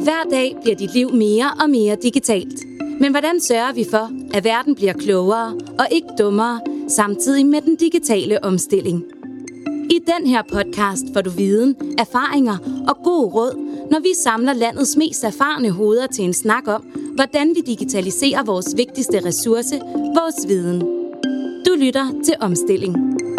Hver dag bliver dit liv mere og mere digitalt. Men hvordan sørger vi for, at verden bliver klogere og ikke dummere, samtidig med den digitale omstilling? I den her podcast får du viden, erfaringer og gode råd, når vi samler landets mest erfarne hoveder til en snak om, hvordan vi digitaliserer vores vigtigste ressource, vores viden. Du lytter til Omstilling.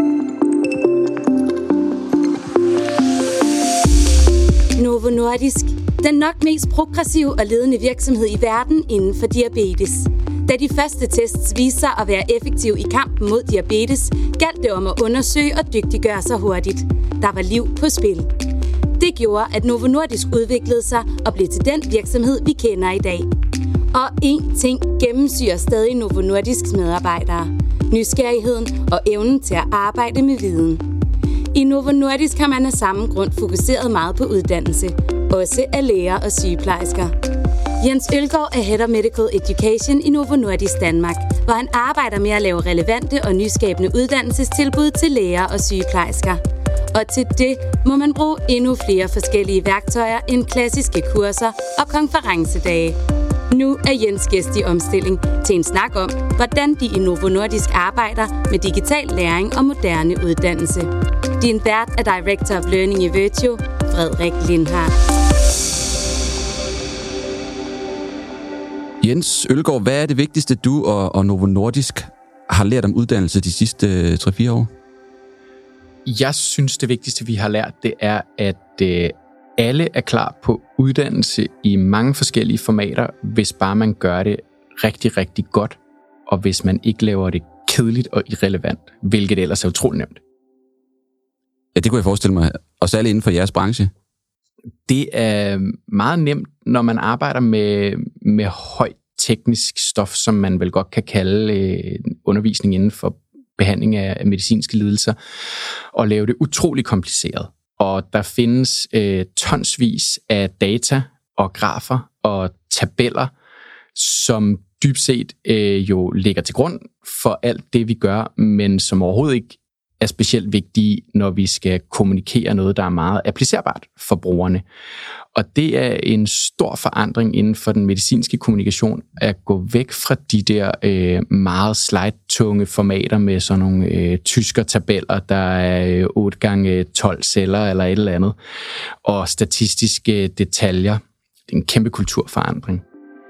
Novo Nordisk, den nok mest progressive og ledende virksomhed i verden inden for diabetes. Da de første tests viste sig at være effektive i kampen mod diabetes, galt det om at undersøge og dygtiggøre sig hurtigt. Der var liv på spil. Det gjorde, at Novo Nordisk udviklede sig og blev til den virksomhed, vi kender i dag. Og én ting gennemsyrer stadig Novo Nordisks medarbejdere: nysgerrigheden og evnen til at arbejde med viden. I Novo Nordisk har man af samme grund fokuseret meget på uddannelse, også af læger og sygeplejersker. Jens Ølgaard er Head of Medical Education i Novo Nordisk Danmark, hvor han arbejder med at lave relevante og nyskabende uddannelsestilbud til læger og sygeplejersker. Og til det må man bruge endnu flere forskellige værktøjer end klassiske kurser og konferencedage. Nu er Jens gæst i Omstilling til en snak om, hvordan de i Novo Nordisk arbejder med digital læring og moderne uddannelse. Din vært er Director of Learning i Virtue, Frederik Lindhardt. Jens Ølgaard, hvad er det vigtigste, du og Novo Nordisk har lært om uddannelse de sidste 3-4 år? Jeg synes, det vigtigste, vi har lært, det er, at alle er klar på uddannelse i mange forskellige formater, hvis bare man gør det rigtig, rigtig godt, og hvis man ikke laver det kedeligt og irrelevant, hvilket ellers er utroligt nemt. Ja, det kunne jeg forestille mig. Og særligt inden for jeres branche. Det er meget nemt, når man arbejder med højt teknisk stof, som man vel godt kan kalde undervisning inden for behandling af medicinske lidelser, og lave det utrolig kompliceret. Og der findes tonsvis af data og grafer og tabeller, som dybt set jo ligger til grund for alt det, vi gør, men som overhovedet ikke er specielt vigtige, når vi skal kommunikere noget, der er meget applicerbart for brugerne. Og det er en stor forandring inden for den medicinske kommunikation, at gå væk fra de der meget slide-tunge formater med sådan nogle tyskertabeller, der er 8x12 celler eller et eller andet, og statistiske detaljer. Det er en kæmpe kulturforandring.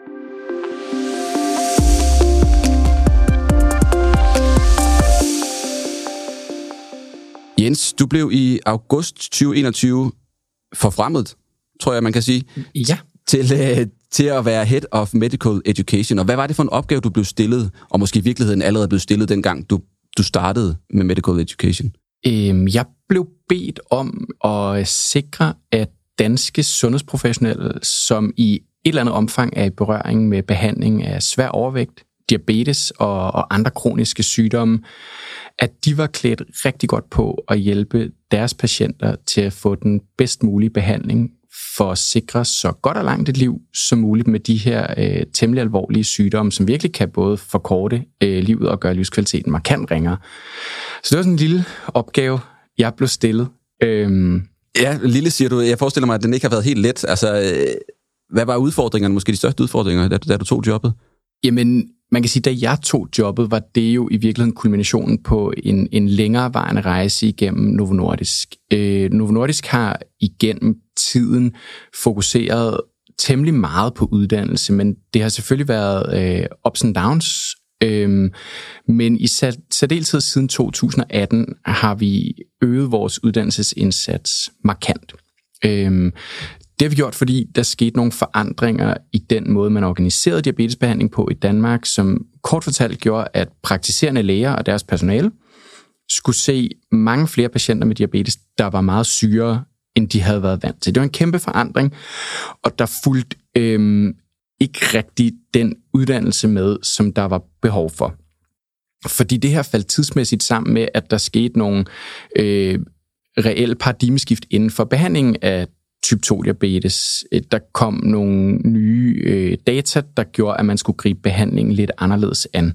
Jens, du blev i august 2021 forfremmet, tror jeg, man kan sige, ja, til at være Head of Medical Education. Og hvad var det for en opgave, du blev stillet, og måske i virkeligheden allerede blev stillet, dengang du startede med Medical Education? Jeg blev bedt om at sikre, at danske sundhedsprofessionelle, som i et eller andet omfang er i berøring med behandling af svær overvægt, diabetes og andre kroniske sygdomme, at de var klædt rigtig godt på at hjælpe deres patienter til at få den bedst mulige behandling for at sikre så godt og langt et liv som muligt med de her temmelig alvorlige sygdomme, som virkelig kan både forkorte livet og gøre livskvaliteten markant ringere. Så det var sådan en lille opgave, jeg blev stillet. Ja, lille siger du. Jeg forestiller mig, at den ikke har været helt let. Altså, hvad var udfordringerne, måske de største udfordringer, da du tog jobbet? Jamen, man kan sige, da jeg tog jobbet, var det jo i virkeligheden kulminationen på en længerevarende rejse igennem Novo Nordisk. Novo Nordisk har igennem tiden fokuseret temmelig meget på uddannelse, men det har selvfølgelig været ups and downs. Men i særdeleshed siden 2018 har vi øget vores uddannelsesindsats markant. Det har vi gjort, fordi der skete nogle forandringer i den måde, man organiserede diabetesbehandling på i Danmark, som kort fortalt gjorde, at praktiserende læger og deres personale skulle se mange flere patienter med diabetes, der var meget sygere, end de havde været vant til. Det var en kæmpe forandring, og der fulgte ikke rigtig den uddannelse med, som der var behov for. Fordi det her faldt tidsmæssigt sammen med, at der skete nogle reelle paradigmeskift inden for behandlingen af type 2-diabetes. Der kom nogle nye data, der gjorde, at man skulle gribe behandlingen lidt anderledes an.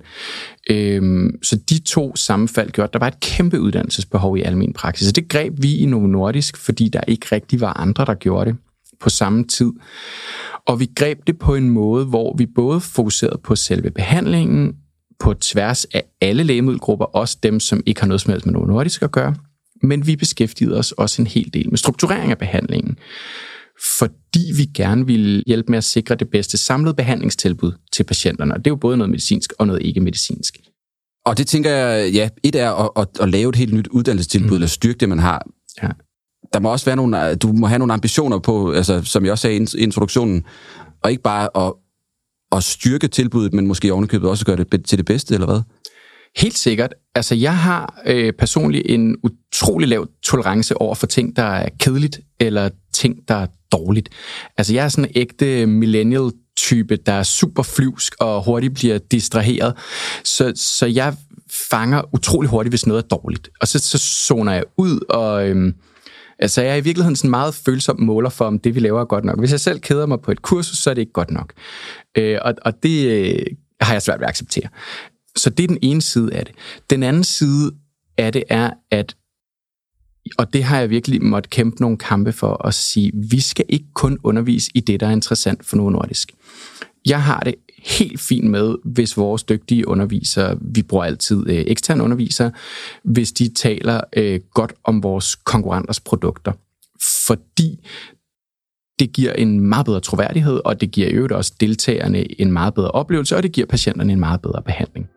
Så de to sammenfald gjorde, at der var et kæmpe uddannelsesbehov i almen praksis. Så det greb vi i Novo Nordisk, fordi der ikke rigtig var andre, der gjorde det. på samme tid. Og vi greb det på en måde, hvor vi både fokuserede på selve behandlingen, på tværs af alle lægemiddelgrupper, også dem, som ikke har noget som helst med Novo Nordisk at gøre, men vi beskæftigede os også en hel del med strukturering af behandlingen, fordi vi gerne ville hjælpe med at sikre det bedste samlede behandlingstilbud til patienterne. Og det er jo både noget medicinsk og noget ikke-medicinsk. Og det tænker jeg, ja, et er at lave et helt nyt uddannelsestilbud, eller styrke det, man har. Ja. Der må også være du må have nogle ambitioner på, altså, som jeg også sagde i introduktionen, og ikke bare at styrke tilbuddet, men måske ovenikøbet også gøre det til det bedste, eller hvad? Helt sikkert. Altså, jeg har personligt en utrolig lav tolerance over for ting, der er kedeligt, eller ting, der er dårligt. Altså, jeg er sådan en ægte millennial-type, der er super flyvsk og hurtigt bliver distraheret. Så jeg fanger utrolig hurtigt, hvis noget er dårligt. Og så zoner jeg ud, og altså, jeg er i virkeligheden sådan en meget følsom måler for, om det, vi laver, er godt nok. Hvis jeg selv keder mig på et kursus, så er det ikke godt nok. Og det har jeg svært ved at acceptere. Så det er den ene side af det. Den anden side af det er, at, og det har jeg virkelig måttet kæmpe nogle kampe for at sige, vi skal ikke kun undervise i det, der er interessant for Novo Nordisk. Jeg har det helt fint med, hvis vores dygtige undervisere, vi bruger altid eksterne undervisere, hvis de taler godt om vores konkurrenters produkter. Fordi det giver en meget bedre troværdighed, og det giver jo også deltagerne en meget bedre oplevelse, og det giver patienterne en meget bedre behandling.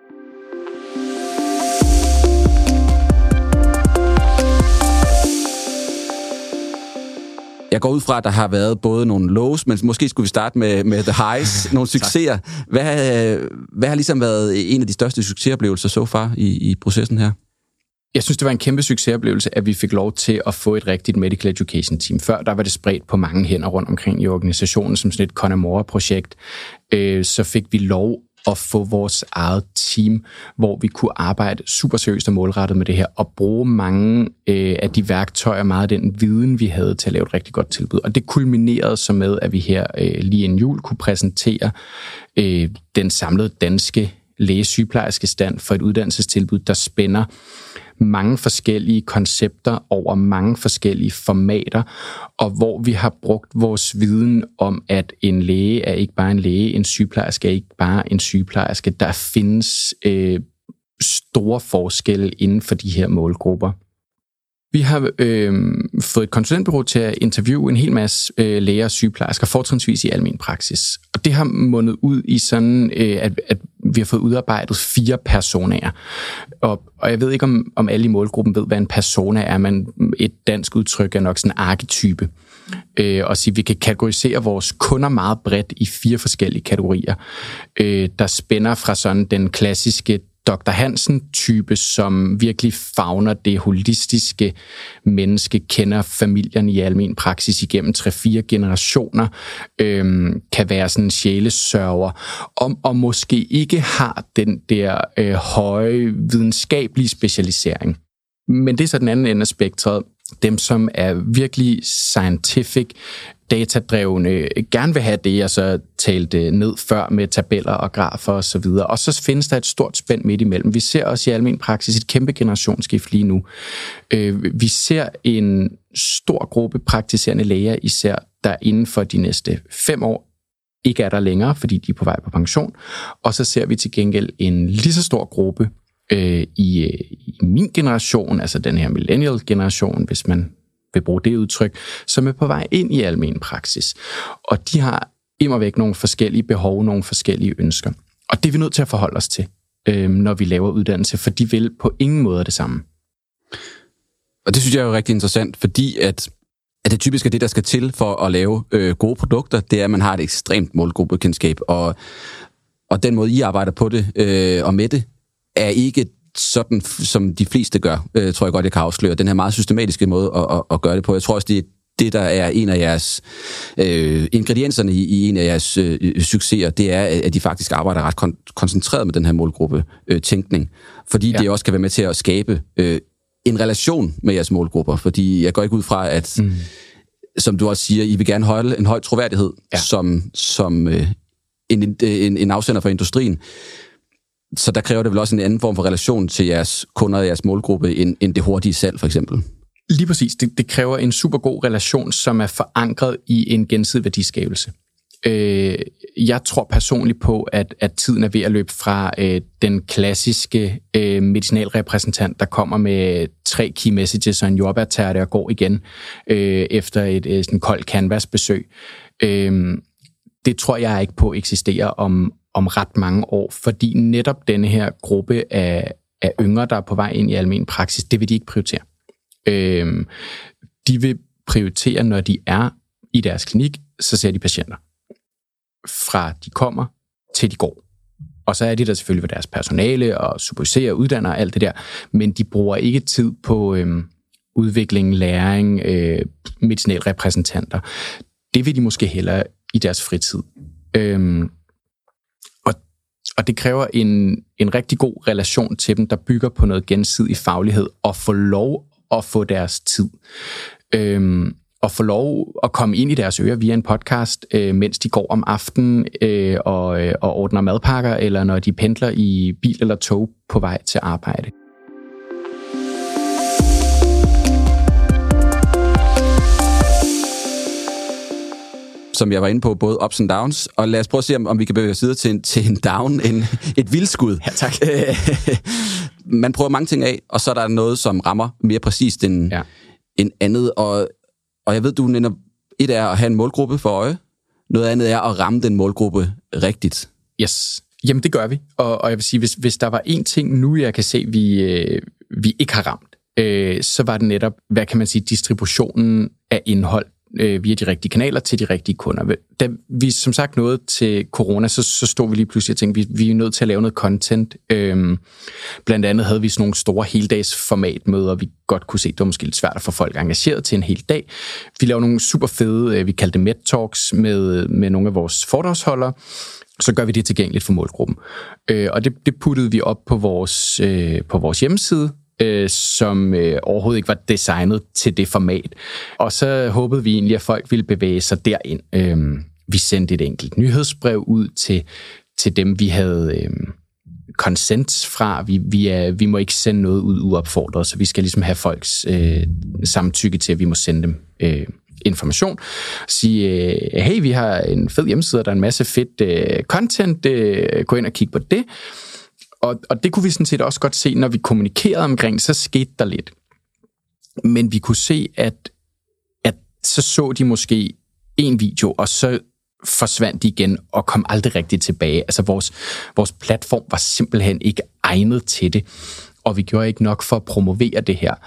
Jeg går ud fra, at der har været både nogle lows, men måske skulle vi starte med the highs, nogle succeser. Hvad har ligesom været en af de største succesoplevelser så far i processen her? Jeg synes, det var en kæmpe succesoplevelse, at vi fik lov til at få et rigtigt medical education team. Før der var det spredt på mange hænder rundt omkring i organisationen som sådan et Connemora-projekt. Så fik vi lov at få vores eget team, hvor vi kunne arbejde super seriøst og målrettet med det her, og bruge mange af de værktøjer, meget af den viden, vi havde til at lave et rigtig godt tilbud. Og det kulminerede så med, at vi her lige inden jul kunne præsentere den samlede danske læge-sygeplejerske stand for et uddannelsestilbud, der spænder mange forskellige koncepter over mange forskellige formater, og hvor vi har brugt vores viden om, at en læge er ikke bare en læge, en sygeplejerske er ikke bare en sygeplejerske. Der findes store forskelle inden for de her målgrupper. Vi har fået et konsulentbureau til at interviewe en hel masse læger og sygeplejersker, fortrinsvis i almen praksis. Og det har mundet ud i sådan, at vi har fået udarbejdet 4 personaer. Og jeg ved ikke, om alle i målgruppen ved, hvad en persona er, men et dansk udtryk er nok sådan en arketype. Og sige, vi kan kategorisere vores kunder meget bredt i 4 forskellige kategorier, der spænder fra sådan den klassiske Dr. Hansen-type, som virkelig favner det holistiske menneske, kender familierne i almen praksis igennem 3-4 generationer, kan være sådan en sjælesørger, og måske ikke har den der høje videnskabelige specialisering. Men det er så den anden ende af spektret. Dem, som er virkelig scientific, datadrevne, gerne vil have det, jeg så talte ned før med tabeller og grafer og så videre. Og så findes der et stort spænd midt imellem. Vi ser også i almen praksis et kæmpe generationsskift lige nu. Vi ser en stor gruppe praktiserende læger, især der inden for de næste 5 år ikke er der længere, fordi de er på vej på pension. Og så ser vi til gengæld en lige så stor gruppe i min generation, altså den her millennial-generation, hvis man vil bruge det udtryk, som er på vej ind i almen praksis. Og de har immervæk nogle forskellige behov, nogle forskellige ønsker. Og det er vi nødt til at forholde os til, når vi laver uddannelse, for de vil på ingen måde det samme. Og det synes jeg er jo rigtig interessant, fordi at det typisk er det, der skal til for at lave gode produkter, det er, at man har et ekstremt målgruppekendskab, og den måde, I arbejder på det og med det, er ikke sådan, som de fleste gør, tror jeg godt, jeg kan afsløre. Den her meget systematiske måde at gøre det på. Jeg tror også, det der er en af jeres ingredienserne i en af jeres succeser, det er, at de faktisk arbejder ret koncentreret med den her målgruppe-tænkning. Fordi det også kan være med til at skabe en relation med jeres målgrupper. Fordi jeg går ikke ud fra, at, som du også siger, I vil gerne holde en høj troværdighed som en afsender for industrien. Så der kræver det vel også en anden form for relation til jeres kunder og jeres målgruppe, end det hurtige salg, for eksempel. Lige præcis. Det kræver en super god relation, som er forankret i en gensidig værdiskabelse. Jeg tror personligt på, at tiden er ved at løbe fra den klassiske medicinalrepræsentant, der kommer med 3 key messages og en jordbærtærte og går igen efter et sådan koldt canvas-besøg. Det tror jeg ikke på eksisterer om ret mange år, fordi netop denne her gruppe af yngre, der er på vej ind i almen praksis, det vil de ikke prioritere. De vil prioritere, når de er i deres klinik, så ser de patienter. Fra de kommer til de går. Og så er de der selvfølgelig ved deres personale og superviserer, uddanner og alt det der, men de bruger ikke tid på udvikling, læring, medicinalrepræsentanter. Det vil de måske hellere i deres fritid. Og det kræver en rigtig god relation til dem, der bygger på noget gensidig faglighed, og få lov at få deres tid. Og få lov at komme ind i deres ører via en podcast, mens de går om aftenen og ordner madpakker, eller når de pendler i bil eller tog på vej til arbejde. Som jeg var inde på, både ups and downs, og lad os prøve at se, om vi kan bevæge os videre til en down, et vildskud. Ja, tak. Man prøver mange ting af, og så er der noget, som rammer mere præcist end andet, og jeg ved, du netop, et er at have en målgruppe for øje, noget andet er at ramme den målgruppe rigtigt. Yes. Jamen, det gør vi. Og jeg vil sige, hvis der var én ting nu, jeg kan se, vi ikke har ramt, så var det netop, hvad kan man sige, distributionen af indhold via de rigtige kanaler til de rigtige kunder. Da vi som sagt nåede til corona, så stod vi lige pludselig og tænkte, vi er nødt til at lave noget content. Blandt andet havde vi sådan nogle store heldags formatmøder, vi godt kunne se, det var måske lidt svært at få folk engageret til en hel dag. Vi lavede nogle super fede, vi kaldte Med Talks med nogle af vores foredragsholdere. Så gør vi det tilgængeligt for målgruppen. Og det puttede vi op på vores hjemmeside, som overhovedet ikke var designet til det format. Og så håbede vi egentlig, at folk ville bevæge sig derind. Vi sendte et enkelt nyhedsbrev ud til dem, vi havde consent fra. Vi må ikke sende noget ud uopfordret, så vi skal ligesom have folks samtykke til, at vi må sende dem information. Sige, hey, vi har en fed hjemmeside, der er en masse fedt content, gå ind og kig på det. Og det kunne vi sådan set også godt se, når vi kommunikerede omkring, så skete der lidt. Men vi kunne se, at så de måske en video, og så forsvandt de igen og kom aldrig rigtig tilbage. Altså vores platform var simpelthen ikke egnet til det, og vi gjorde ikke nok for at promovere det her.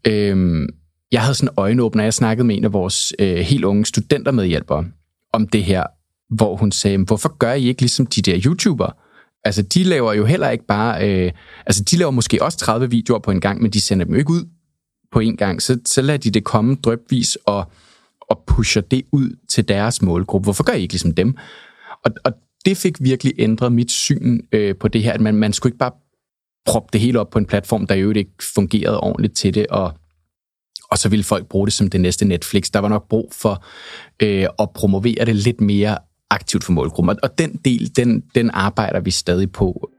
Jeg havde sådan en øjenåbner, jeg snakkede med en af vores helt unge studentermedhjælpere om det her, hvor hun sagde, hvorfor gør I ikke ligesom de der YouTubere? Altså, de laver jo heller ikke bare... de laver måske også 30 videoer på en gang, men de sender dem jo ikke ud på en gang. Så lader de det komme drypvis og pusher det ud til deres målgruppe. Hvorfor gør I ikke ligesom dem? Og det fik virkelig ændret mit syn på det her, at man skulle ikke bare proppe det hele op på en platform, der jo ikke fungerede ordentligt til det, og så ville folk bruge det som det næste Netflix. Der var nok brug for at promovere det lidt mere aktivt for målgruppen. Og den del, den arbejder vi stadig på.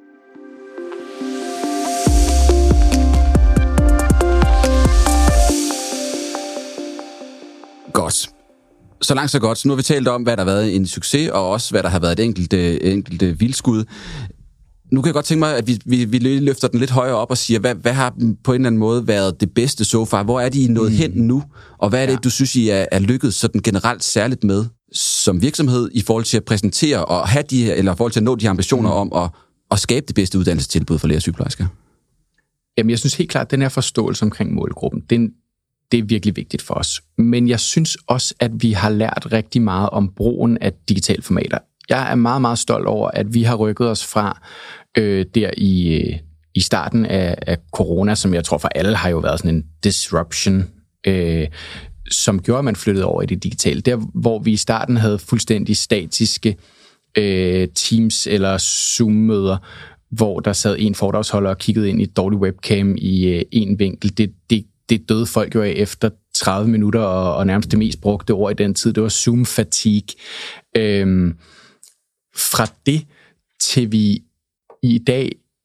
Godt. Så langt så godt. Så nu har vi talt om, hvad der har været en succes, og også hvad der har været et enkelte vildskud. Nu kan jeg godt tænke mig, at vi løfter den lidt højere op og siger, hvad har på en eller anden måde været det bedste so far? Hvor er de nået hen nu? Og hvad er det, du synes, I er lykkedes sådan generelt særligt med som virksomhed i forhold til at præsentere og have eller i forhold til at nå de ambitioner om at skabe det bedste uddannelsestilbud for læger og sygeplejersker? Jamen, jeg synes helt klart, at den her forståelse omkring målgruppen, det er virkelig vigtigt for os. Men jeg synes også, at vi har lært rigtig meget om brugen af digitale formater. Jeg er meget, meget stolt over, at vi har rykket os fra der i starten af corona, som jeg tror for alle har jo været sådan en disruption, som gjorde, at man flyttede over i det digitale. Der, hvor vi i starten havde fuldstændig statiske Teams- eller Zoom-møder, hvor der sad en foredragsholder og kiggede ind i et dårligt webcam i en vinkel. Det døde folk jo af efter 30 minutter, og nærmest det mest brugte ord i den tid, det var Zoom-fatigue. Fra det til vi i dag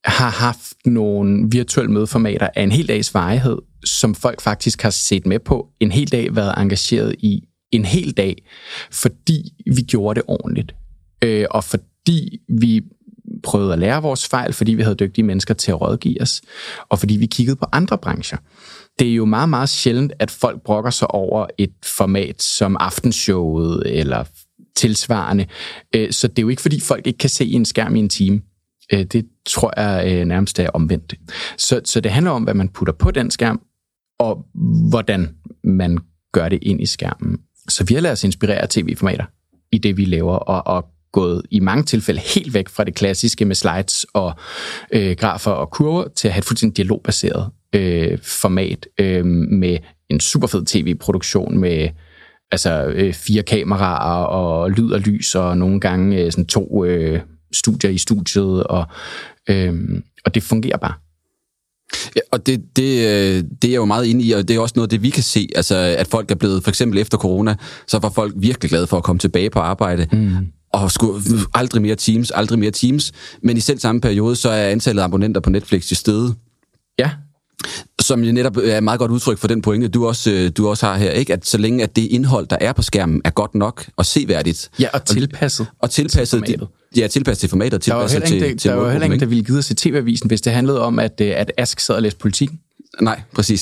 har haft nogle virtuelle mødeformater af en hel dags varighed, som folk faktisk har set med på, en hel dag været engageret i, en hel dag, fordi vi gjorde det ordentligt. Og fordi vi prøvede at lære vores fejl, fordi vi havde dygtige mennesker til at rådgive os, og fordi vi kiggede på andre brancher. Det er jo meget, meget sjældent, at folk brokker sig over et format som Aftenshowet eller tilsvarende. Så det er jo ikke, fordi folk ikke kan se en skærm i en time. Det tror jeg nærmest er omvendt. Så det handler om, hvad man putter på den skærm, og hvordan man gør det ind i skærmen. Så vi har ladet os inspirere af tv-formater i det, vi laver, og gået i mange tilfælde helt væk fra det klassiske med slides og grafer og kurver, til at have et fuldstændig dialogbaseret format med en super fed tv-produktion med 4 kameraer og lyd og lys, og nogle gange sådan 2 studier i studiet, og det fungerer bare. Ja, og det er jeg jo meget inde i, og det er også noget, det vi kan se, altså at folk er blevet, for eksempel efter corona, så var folk virkelig glade for at komme tilbage på arbejde, og skulle aldrig mere Teams, men i selv samme periode, så er antallet af abonnenter på Netflix til stede. Ja. Som jo netop er et meget godt udtryk for den pointe, du også har her, ikke? At så længe at det indhold, der er på skærmen, er godt nok og seværdigt. Ja, og tilpasset. Tilpasset til formatet. Der var jo heller ingen, der ville give os til TV-avisen, hvis det handlede om, at Ask sad og læste politik. Nej, præcis.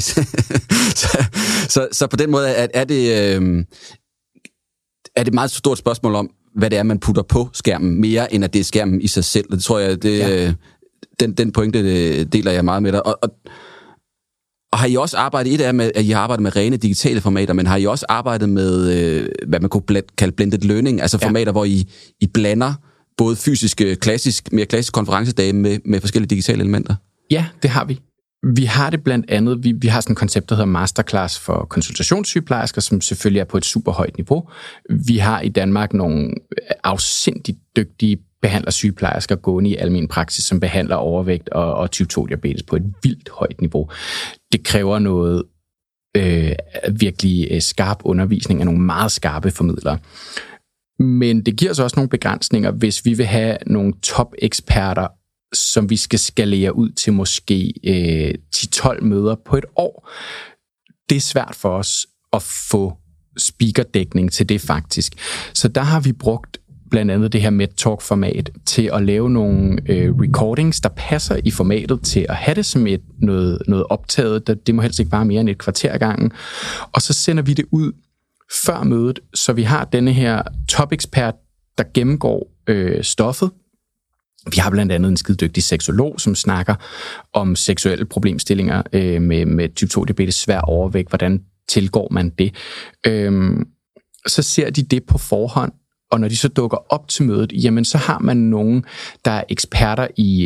så på den måde er det meget stort spørgsmål om, hvad det er, man putter på skærmen, mere end at det er skærmen i sig selv. Det tror jeg, den pointe deler jeg meget med dig. Og har I også arbejdet, med, at I har arbejdet med rene digitale formater, men har I også arbejdet med, hvad man kunne kalde blended learning, altså formater, hvor I blander både fysiske, mere klassiske konferencedage med forskellige digitale elementer? Ja, det har vi. Vi har det blandt andet, vi har sådan et koncept, der hedder Masterclass for konsultationssygeplejersker, som selvfølgelig er på et super højt niveau. Vi har i Danmark nogle afsindigt dygtige behandlersygeplejersker gående i almen praksis, som behandler overvægt og type 2-diabetes på et vildt højt niveau. Det kræver noget virkelig skarp undervisning af nogle meget skarpe formidlere. Men det giver os også nogle begrænsninger, hvis vi vil have nogle top-eksperter, som vi skal skalere ud til måske 10-12 møder på et år. Det er svært for os at få speakerdækning til det faktisk. Så der har vi brugt blandt andet det her MedTalk-format til at lave nogle recordings, der passer i formatet til at have det som noget optaget. Det må helst ikke være mere end et kvarter ad gangen. Og så sender vi det ud før mødet, så vi har denne her top-ekspert, der gennemgår stoffet. Vi har blandt andet en skidedygtig seksolog, som snakker om seksuelle problemstillinger med type 2-diabetes, svær overvægt. Hvordan tilgår man det? Så ser de det på forhånd, og når de så dukker op til mødet, jamen så har man nogen, der er eksperter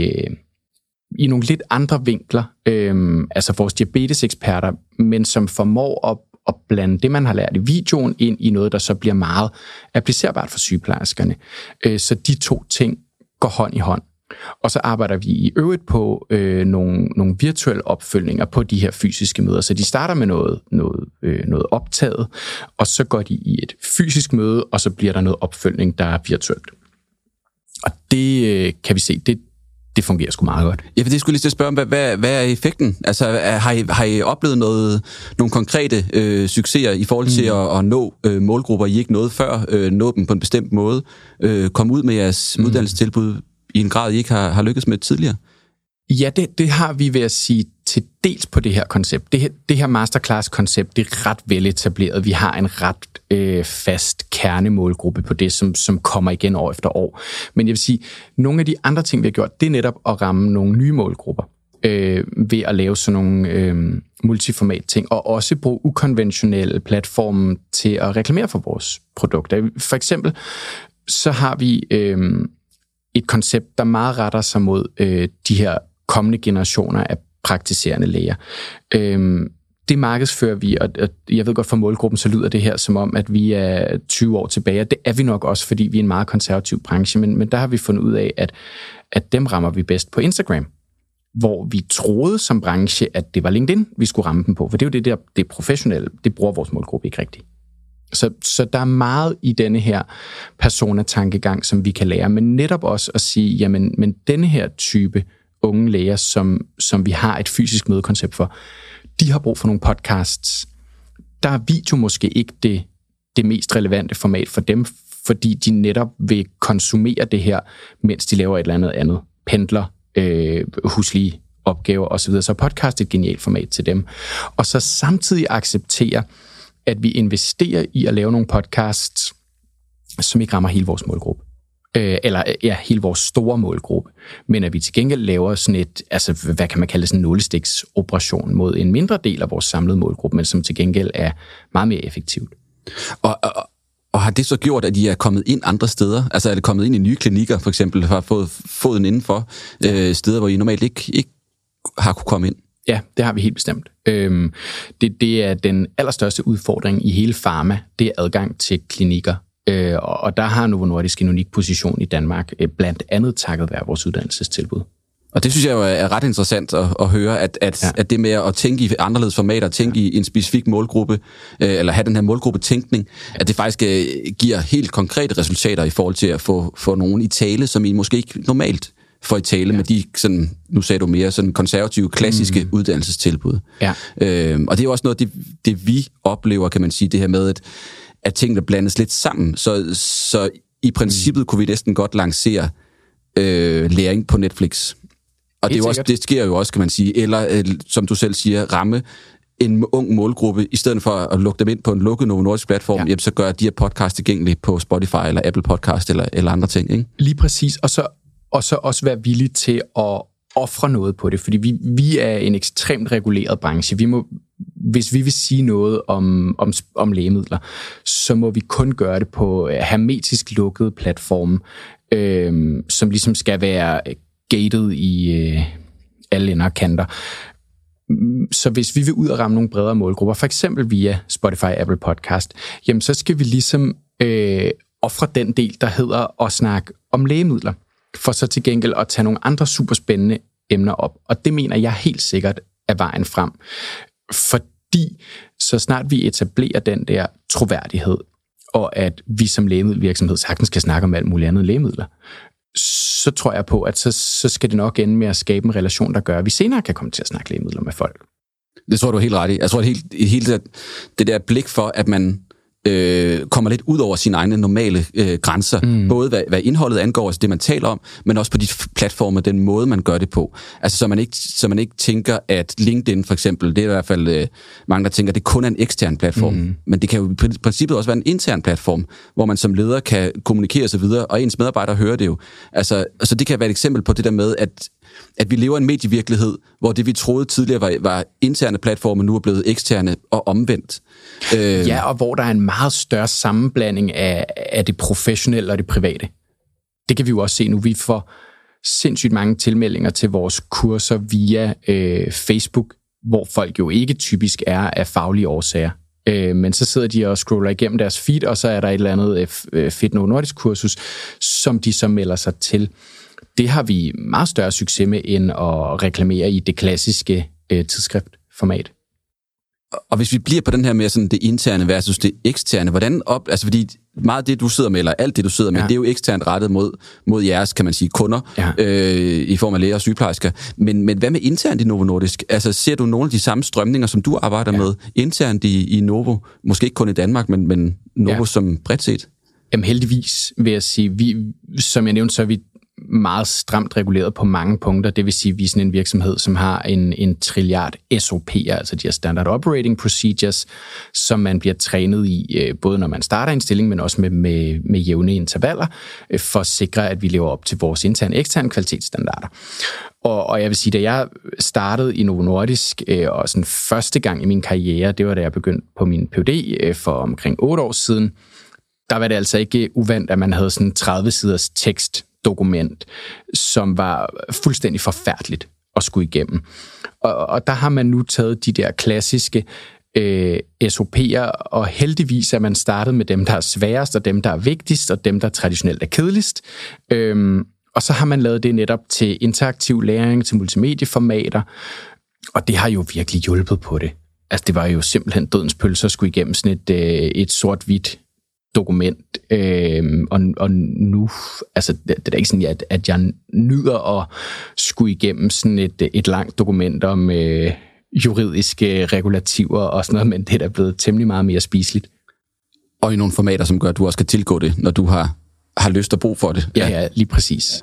i nogle lidt andre vinkler, altså vores diabeteseksperter, men som formår at blande det, man har lært i videoen, ind i noget, der så bliver meget applicerbart for sygeplejerskerne. Så de 2 ting går hånd i hånd. Og så arbejder vi i øvrigt på nogle virtuelle opfølgninger på de her fysiske møder. Så de starter med noget optaget, og så går de i et fysisk møde, og så bliver der noget opfølgning, der er virtuelt. Og det kan vi se, det fungerer sgu meget godt. Ja, for det skulle lige spørge om, hvad er effekten? Altså, har I oplevet nogle konkrete succeser i forhold til at nå målgrupper, I ikke nåede før, nå dem på en bestemt måde, komme ud med jeres uddannelsestilbud i en grad, I ikke har lykkes med tidligere? Ja, det har vi ved at sige til dels på det her koncept. Det her masterclass-koncept, det er ret veletableret. Vi har en ret fast kernemålgruppe på det, som kommer igen år efter år. Men jeg vil sige, nogle af de andre ting, vi har gjort, det er netop at ramme nogle nye målgrupper ved at lave sådan nogle multiformat ting, og også bruge ukonventionelle platforme til at reklamere for vores produkter. For eksempel, så har vi et koncept, der meget retter sig mod de her kommende generationer af praktiserende læger. Det markedsfører vi, og jeg ved godt for målgruppen, så lyder det her som om, at vi er 20 år tilbage, og det er vi nok også, fordi vi er en meget konservativ branche, men der har vi fundet ud af, at dem rammer vi bedst på Instagram, hvor vi troede som branche, at det var LinkedIn, vi skulle ramme dem på, for det er jo det der, det professionelle, det bruger vores målgruppe ikke rigtigt. Så der er meget i denne her persona-tankegang, som vi kan lære, men netop også at sige, jamen, men denne her type unge læger, som vi har et fysisk mødekoncept for, de har brug for nogle podcasts. Der er video måske ikke det mest relevante format for dem, fordi de netop vil konsumere det her, mens de laver et eller andet pendler, huslige opgaver osv. Så podcast er et genialt format til dem. Og så samtidig acceptere, at vi investerer i at lave nogle podcasts, som ikke rammer hele vores målgruppe. Hele vores store målgruppe. Men at vi til gengæld laver sådan et, altså hvad kan man kalde det, sådan en nålestiksoperation mod en mindre del af vores samlede målgruppe, men som til gengæld er meget mere effektivt. Og har det så gjort, at I er kommet ind andre steder? Altså er det kommet ind i nye klinikker, for eksempel, har fået foden indenfor steder, hvor I normalt ikke har kunne komme ind? Ja, det har vi helt bestemt. Det er den allerstørste udfordring i hele pharma, det er adgang til klinikker. Og der har Novo Nordisk en unik position i Danmark, blandt andet takket være vores uddannelsestilbud. Og det synes jeg jo er ret interessant at høre, at det med at tænke i anderledes formater, tænke i en specifik målgruppe, eller have den her målgruppetænkning, at det faktisk giver helt konkrete resultater i forhold til at få nogen i tale, som I måske ikke normalt får i tale med de, sådan, nu sagde du mere, sådan konservative, klassiske uddannelsestilbud. Ja. Og det er jo også noget, det vi oplever, kan man sige, det her med, at tingene blandes lidt sammen. Så i princippet kunne vi næsten godt lancere læring på Netflix. Og det, er jo også, det sker jo også, kan man sige, eller som du selv siger, ramme en ung målgruppe, i stedet for at lukke dem ind på en lukket Novo Nordisk platform, jamen, så gør de her podcast tilgængelige på Spotify eller Apple Podcast eller andre ting, ikke? Lige præcis, og så også være villige til at ofre noget på det, fordi vi er en ekstremt reguleret branche. Hvis vi vil sige noget om lægemidler, så må vi kun gøre det på hermetisk lukkede platforme, som ligesom skal være gated i alle ender og kanter. Så hvis vi vil ud og ramme nogle bredere målgrupper, for eksempel via Spotify, Apple Podcast, jamen så skal vi ligesom ofre den del, der hedder at snakke om lægemidler, for så til gengæld at tage nogle andre superspændende emner op. Og det mener jeg helt sikkert er vejen frem. Fordi så snart vi etablerer den der troværdighed, og at vi som lægemiddelvirksomhed sagtens kan snakke om alt muligt andet lægemidler, så tror jeg på, at så skal det nok ende med at skabe en relation, der gør, at vi senere kan komme til at snakke lægemidler med folk. Det tror du er helt ret i. Jeg tror, at helt det der blik for, at man kommer lidt ud over sine egne normale grænser, både hvad indholdet angår, altså det man taler om, men også på de platformer, den måde man gør det på. Altså så man ikke tænker, at LinkedIn for eksempel, det er i hvert fald mange, der tænker, at det kun er en ekstern platform, men det kan jo i princippet også være en intern platform, hvor man som leder kan kommunikere sig videre, og ens medarbejdere hører det jo. Altså det kan være et eksempel på det der med, at vi lever i en medievirkelighed, hvor det, vi troede tidligere var interne platforme, nu er blevet eksterne og omvendt. Ja, og hvor der er en meget større sammenblanding af det professionelle og det private. Det kan vi jo også se nu. Vi får sindssygt mange tilmeldinger til vores kurser via Facebook, hvor folk jo ikke typisk er af faglige årsager. Men så sidder de og scroller igennem deres feed, og så er der et eller andet fedt Novo Nordisk kursus, som de så melder sig til. Det har vi meget større succes med, end at reklamere i det klassiske tidsskriftformat. Og hvis vi bliver på den her med sådan det interne versus det eksterne, hvordan altså fordi meget af det, du sidder med, eller alt det, du sidder med, det er jo eksternt rettet mod jeres, kan man sige, kunder, i form af læger og sygeplejersker. Men hvad med internt i Novo Nordisk? Altså ser du nogle af de samme strømninger, som du arbejder med internt i Novo? Måske ikke kun i Danmark, men Novo som bredt set? Jamen heldigvis vil jeg sige, som jeg nævnte, så er vi meget stramt reguleret på mange punkter. Det vil sige, at vi er sådan en virksomhed, som har en trilliard SOP'er, altså de her Standard Operating Procedures, som man bliver trænet i, både når man starter en stilling, men også med jævne intervaller, for at sikre, at vi lever op til vores interne og eksterne kvalitetsstandarder. Og jeg vil sige, da jeg startede i Novo Nordisk, og sådan første gang i min karriere, det var da jeg begyndte på min PhD for omkring 8 år siden, der var det altså ikke uvandt, at man havde sådan 30 siders tekstdokument, som var fuldstændig forfærdeligt at skulle igennem. Og der har man nu taget de der klassiske SOP'er, og heldigvis er man startet med dem, der er sværest, og dem, der er vigtigst, og dem, der traditionelt er kedeligst. Og så har man lavet det netop til interaktiv læring, til multimedieformater, og det har jo virkelig hjulpet på det. Altså, det var jo simpelthen dødens pølser at skulle igennem sådan et sort-hvidt dokument. Og nu, altså det er da ikke sådan, at jeg nyder at skulle igennem sådan et langt dokument om juridiske regulativer og sådan noget, men det er da blevet temmelig meget mere spiseligt. Og i nogle formater, som gør, at du også kan tilgå det, når du har lyst og brug for det. Ja, lige præcis.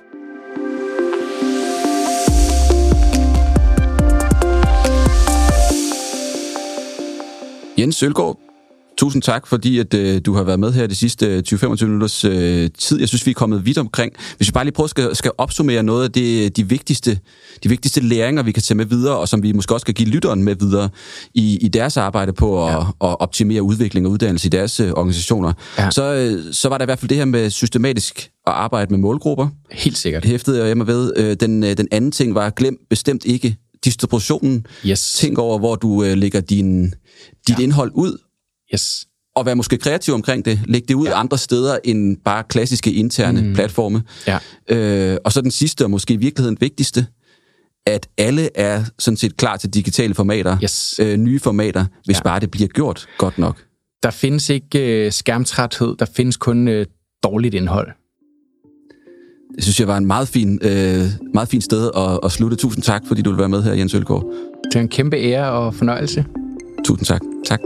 Jens Sølgaard, tusind tak, fordi at du har været med her de sidste 20-25 minutters tid. Jeg synes, vi er kommet vidt omkring. Hvis vi bare lige prøver skal opsummere noget af de vigtigste læringer, vi kan tage med videre, og som vi måske også kan give lytteren med videre i deres arbejde på at optimere udvikling og uddannelse i deres organisationer, så var der i hvert fald det her med systematisk at arbejde med målgrupper. Helt sikkert. Hæftede jeg mig ved. Den anden ting var, glem bestemt ikke distributionen. Yes. Tænk over, hvor du lægger dit indhold ud. Yes. Og være måske kreativ omkring det. Læg det ud andre steder end bare klassiske interne platforme. Ja. Og så den sidste, og måske i virkeligheden vigtigste, at alle er sådan set klar til digitale formater. Yes. Nye formater, hvis bare det bliver gjort godt nok. Der findes ikke skærmtræthed, der findes kun dårligt indhold. Det synes jeg var en meget fin sted at slutte. Tusind tak, fordi du vil være med her, Jens Sølgaard. Det er en kæmpe ære og fornøjelse. Tusind tak. Tak.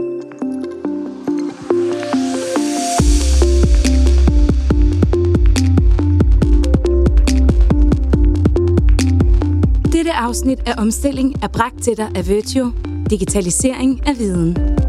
Dette afsnit af Omstilling er bragt til dig af Virtue, digitalisering af viden.